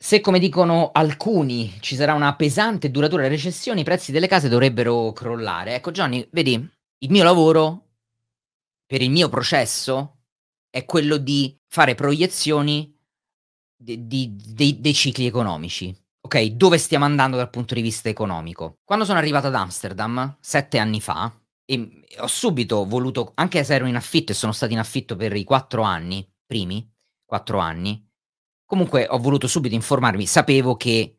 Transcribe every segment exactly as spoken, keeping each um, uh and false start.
Se, come dicono alcuni, ci sarà una pesante e duratura recessione, i prezzi delle case dovrebbero crollare. Ecco Johnny, vedi, il mio lavoro, per il mio processo, è quello di fare proiezioni de di dei dei cicli economici, okay, dove stiamo andando dal punto di vista economico. Quando sono arrivato ad Amsterdam, sette anni fa, ehm, ho subito voluto, anche se ero in affitto e sono stato in affitto per i quattro anni primi, quattro anni, comunque ho voluto subito informarmi, sapevo che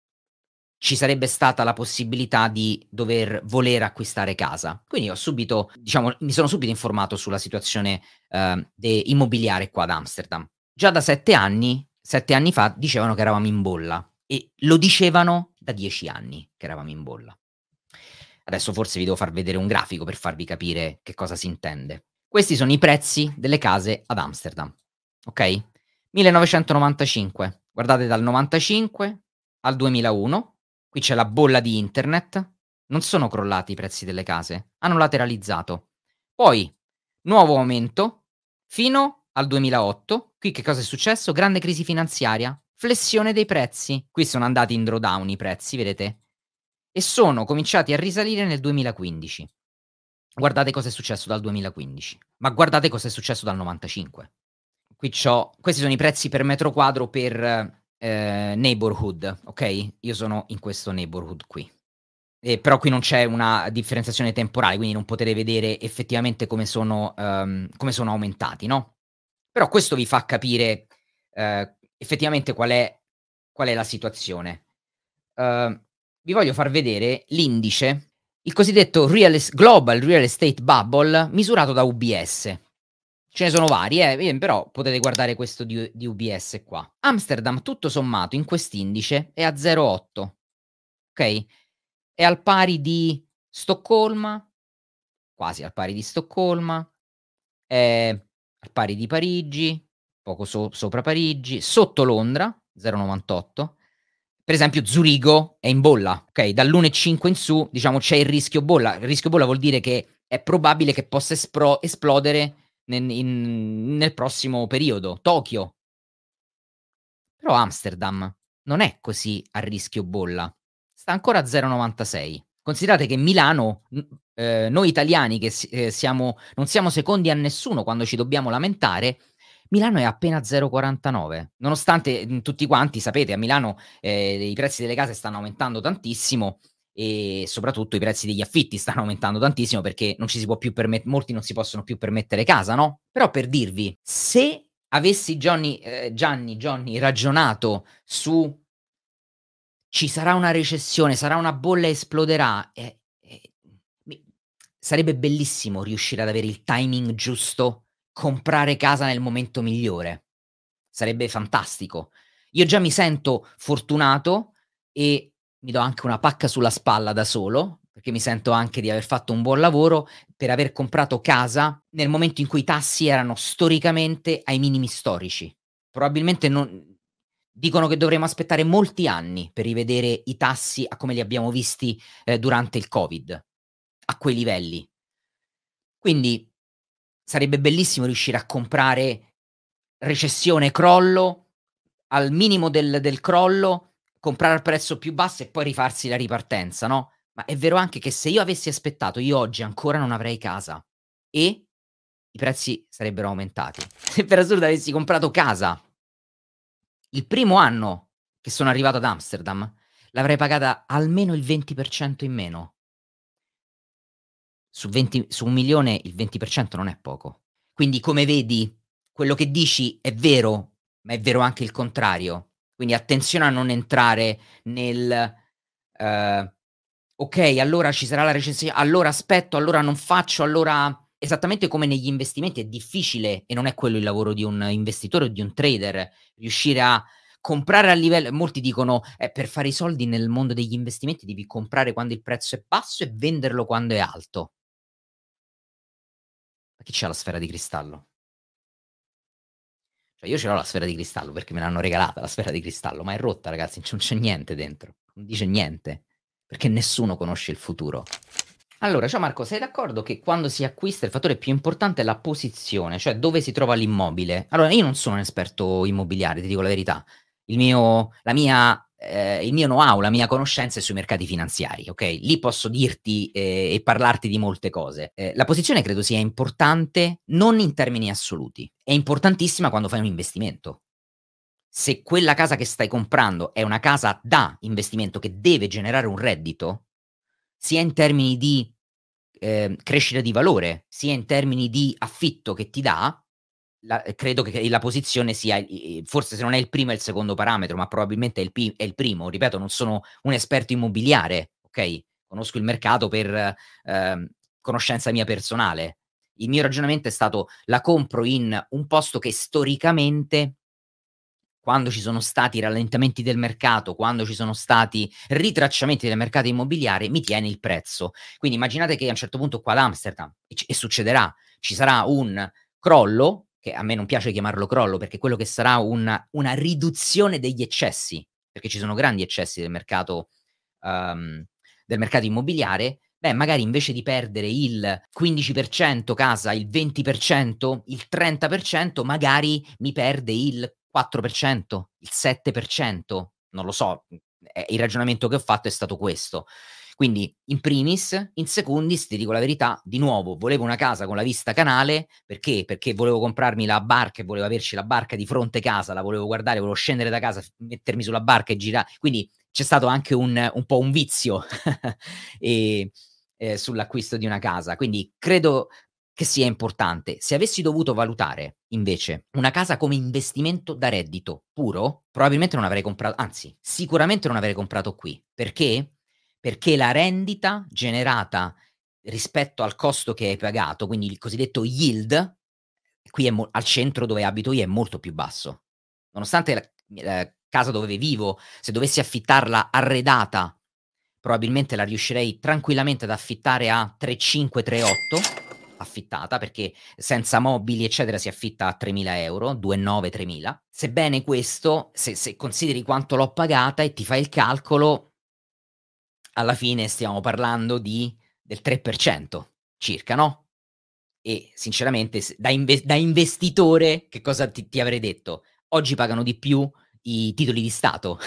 ci sarebbe stata la possibilità di dover voler acquistare casa. Quindi ho subito diciamo, mi sono subito informato sulla situazione, ehm, de immobiliare qua ad Amsterdam. Già da sette anni, sette anni fa, dicevano che eravamo in bolla e lo dicevano da dieci anni che eravamo in bolla. Adesso forse vi devo far vedere un grafico per farvi capire che cosa si intende. Questi sono i prezzi delle case ad Amsterdam, okay, millenovecentonovantacinque. Guardate dal novantacinque al duemilauno, qui c'è la bolla di internet, non sono crollati i prezzi delle case, hanno lateralizzato. Poi nuovo aumento fino al duemilaotto, qui che cosa è successo? Grande crisi finanziaria, flessione dei prezzi. Qui sono andati in drawdown i prezzi, vedete? E sono cominciati a risalire nel duemilaquindici. Guardate cosa è successo dal duemilaquindici, ma guardate cosa è successo dal novantacinque. Qui c'ho questi sono i prezzi per metro quadro per, ehm, neighborhood, okay, io sono in questo neighborhood qui. E però qui non c'è una differenziazione temporale, quindi non potete vedere effettivamente come sono uhm, come sono aumentati, no, però questo vi fa capire, ehm, effettivamente qual è qual è la situazione. Uhm, vi voglio far vedere l'indice, il cosiddetto real es Global Real Estate Bubble misurato da U B S. Ce ne sono vari, eh, ehm, però potete guardare questo di U di U B S qua. Amsterdam tutto sommato in quest'indice è a zero virgola otto, okay, è al pari di Stoccolma, quasi al pari di Stoccolma, è al pari di Parigi, poco so sopra Parigi, sotto Londra, zero virgola novantotto. Per esempio Zurigo è in bolla, okay, dall'uno virgola cinque in su, diciamo c'è il rischio bolla. Il rischio bolla vuol dire che è probabile che possa espro esplodere nen in nel prossimo periodo. Tokyo. Però Amsterdam non è così a rischio bolla, sta ancora a zero virgola novantasei. Considerate che Milano, n ehm, noi italiani che s ehm, siamo non siamo secondi a nessuno quando ci dobbiamo lamentare, Milano è appena zero virgola quarantanove, nonostante, mhmm, tutti quanti sapete a Milano, ehm, i prezzi delle case stanno aumentando tantissimo e soprattutto i prezzi degli affitti stanno aumentando tantissimo perché non ci si può più permet molti non si possono più permettere casa, no, però per dirvi, se avessi Johnny ehm, Gianni Johnny ragionato su ci sarà una recessione, sarà una bolla, esploderà, e e mi sarebbe bellissimo riuscire ad avere il timing giusto, comprare casa nel momento migliore. Sarebbe fantastico. Io già mi sento fortunato e mi do anche una pacca sulla spalla da solo, perché mi sento anche di aver fatto un buon lavoro per aver comprato casa nel momento in cui i tassi erano storicamente ai minimi storici. Probabilmente non dicono che dovremo aspettare molti anni per rivedere i tassi a come li abbiamo visti, ehm, durante il Covid, a quei livelli. Quindi sarebbe bellissimo riuscire a comprare recessione, crollo, al minimo del del crollo, comprare al prezzo più basso e poi rifarsi la ripartenza, no, ma è vero anche che se io avessi aspettato, io oggi ancora non avrei casa e i prezzi sarebbero aumentati. Se per assurdo avessi comprato casa il primo anno che sono arrivato ad Amsterdam, l'avrei pagata almeno il venti per cento in meno. Su venti su un milione il venti per cento non è poco. Quindi come vedi, quello che dici è vero, ma è vero anche il contrario. Quindi attenzione a non entrare nel, ehm: "Okay, allora ci sarà la recessio allora aspetto, allora non faccio, allora" esattamente come negli investimenti è difficile, e non è quello il lavoro di un investitore o di un trader, riuscire a comprare a livello molti dicono: "Eh, per fare i soldi nel mondo degli investimenti devi comprare quando il prezzo è basso e venderlo quando è alto." Ma chi c'ha la sfera di cristallo? Cioè io ce l'ho la sfera di cristallo perché me l'hanno regalata la sfera di cristallo, ma è rotta ragazzi, c non c'è niente dentro, non dice niente, perché nessuno conosce il futuro. Allora, ciao Marco, sei d'accordo che quando si acquista il fattore più importante è la posizione, cioè dove si trova l'immobile? Allora, io non sono un esperto immobiliare, ti dico la verità. il mio la mia ehm, il mio know-how, la mia conoscenza è sui mercati finanziari, okay, lì posso dirti, ehm, e parlarti di molte cose. Ehm, la posizione credo sia importante non in termini assoluti, è importantissima quando fai un investimento. Se quella casa che stai comprando è una casa da investimento che deve generare un reddito, sia in termini di, ehm, crescita di valore, sia in termini di affitto che ti dà, la ehm, credo che che la posizione sia i i forse se non è il primo è il secondo parametro, ma probabilmente è il pi è il primo. Ripeto, non sono un esperto immobiliare, okay, conosco il mercato per, ehm, conoscenza mia personale. Il mio ragionamento è stato: la compro in un posto che storicamente, quando ci sono stati rallentamenti del mercato, quando ci sono stati ritracciamenti del mercato immobiliare, mi tiene il prezzo. Quindi immaginate che a un certo punto qua ad Amsterdam, e c e succederà, ci sarà un crollo, che a me non piace chiamarlo crollo, perché quello che sarà un una riduzione degli eccessi, perché ci sono grandi eccessi del mercato uhm, del mercato immobiliare, beh, magari invece di perdere il quindici per cento casa, il venti per cento, il trenta per cento, magari mi perde il quattro per cento, il sette per cento, non lo so, mhmm, ehm, il ragionamento che ho fatto è stato questo. Quindi in primis, in secundis, ti dico la verità, di nuovo volevo una casa con la vista canale, perché? Perché volevo comprarmi la barca e volevo averci la barca di fronte casa, la volevo guardare, volevo scendere da casa, f mettermi sulla barca e gira quindi c'è stato anche un un po' un vizio, ehm, ehm, sull'acquisto di una casa. Quindi credo che sia importante. Se avessi dovuto valutare invece una casa come investimento da reddito puro, probabilmente non avrei compra anzi, sicuramente non avrei comprato qui. Perché? Perché la rendita generata rispetto al costo che hai pagato, quindi il cosiddetto yield, qui è mo al centro dove abito io è molto più basso. Nonostante la ehm, casa dove vivo, se dovessi affittarla arredata, probabilmente la riuscirei tranquillamente ad affittare a tre virgola cinque, tre virgola otto, affittata, perché senza mobili eccetera si affitta a tremila €, due virgola nove, tremila. Sebbene questo, se se consideri quanto l'ho pagata e ti fai il calcolo, alla fine stiamo parlando di del tre per cento circa, no? E sinceramente s da inve da investitore che cosa ti ti avrei detto? Oggi pagano di più i titoli di Stato.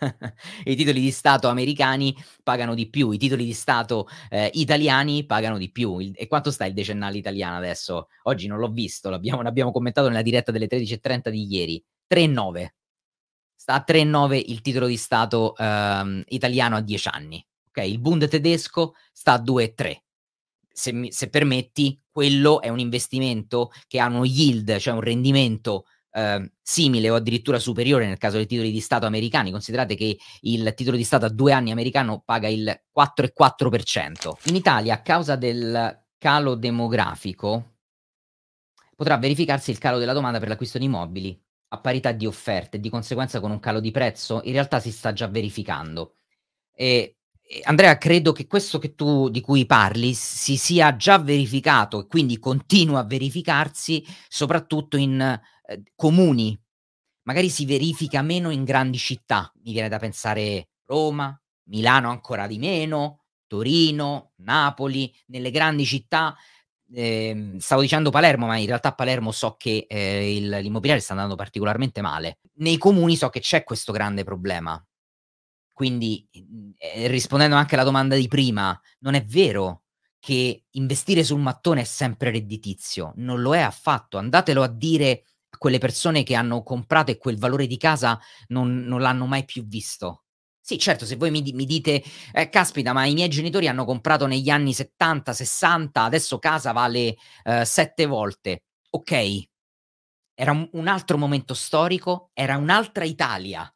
I titoli di Stato americani pagano di più, i titoli di Stato, ehm, italiani pagano di più. Il e quanto sta il decennale italiano adesso? Oggi non l'ho visto, l'abbiamo l'abbiamo commentato nella diretta delle tredici e trenta di ieri. tre virgola nove. Sta a tre virgola nove il titolo di Stato, ehm, italiano a dieci anni, okay, il Bund tedesco sta a due virgola tre. Se mi se permetti, quello è un investimento che ha uno yield, cioè un rendimento, ehm, simile o addirittura superiore nel caso dei titoli di Stato americani. Considerate che il titolo di Stato a due anni americano paga il quattro virgola quattro per cento. In Italia, a causa del calo demografico, potrà verificarsi il calo della domanda per l'acquisto di immobili a parità di offerte e di conseguenza con un calo di prezzo, in realtà si sta già verificando. E e Andrea, credo che questo che tu di cui parli si sia già verificato e quindi continua a verificarsi soprattutto in, ehm, comuni. Magari si verifica meno in grandi città, mi viene da pensare Roma, Milano ancora di meno, Torino, Napoli, nelle grandi città, ehm, stavo dicendo Palermo, ma in realtà a Palermo so che, ehm, il l'immobiliare sta andando particolarmente male. Nei comuni so che c'è questo grande problema. Quindi, mhmm, ehm, rispondendo anche alla domanda di prima, non è vero che investire sul mattone è sempre redditizio, non lo è affatto. Andatelo a dire a quelle persone che hanno comprato e quel valore di casa non non l'hanno mai più visto. Sì, certo, se voi mi di mi dite: "Eh, caspita, ma i miei genitori hanno comprato negli anni 'settanta, 'sessanta, adesso casa vale, ehm, sette volte." Okay, era un un altro momento storico, era un'altra Italia.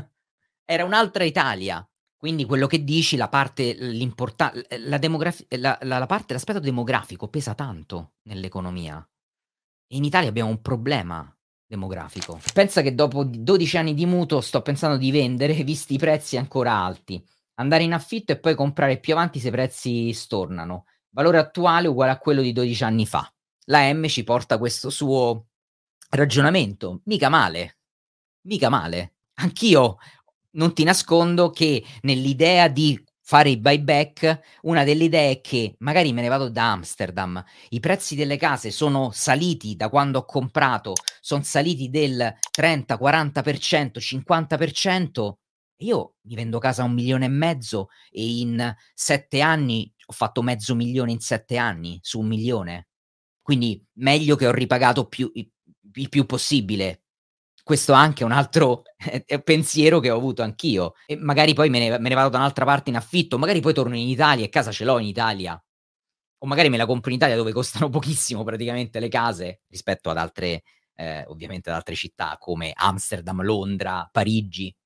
Era un'altra Italia. Quindi quello che dici, la parte l'importa l la demograf la la la parte l'aspetto demografico pesa tanto nell'economia. E in Italia abbiamo un problema demografico. Pensa che dopo d dodici anni di mutuo sto pensando di vendere, visti i prezzi ancora alti, andare in affitto e poi comprare più avanti se i prezzi stornano. Valore attuale uguale a quello di dodici anni fa. La M ci porta questo suo ragionamento. Mica male, mica male. Anch'io non ti nascondo che nell'idea di fare i buyback, una delle idee è che magari me ne vado da Amsterdam, i prezzi delle case sono saliti da quando ho comprato, son saliti del trenta, quaranta per cento, cinquanta per cento, io mi vendo casa a un milione e mezzo e in sette anni ho fatto mezzo milione in sette anni su un milione. Quindi meglio che ho ripagato più i il più possibile. Questo anche è un altro è pensiero che ho avuto anch'io e magari poi me ne me ne vado da un'altra parte in affitto, magari poi torno in Italia e casa ce l'ho in Italia, o magari me la compro in Italia dove costano pochissimo praticamente le case rispetto ad altre ehm, ovviamente ad altre città come Amsterdam, Londra, Parigi.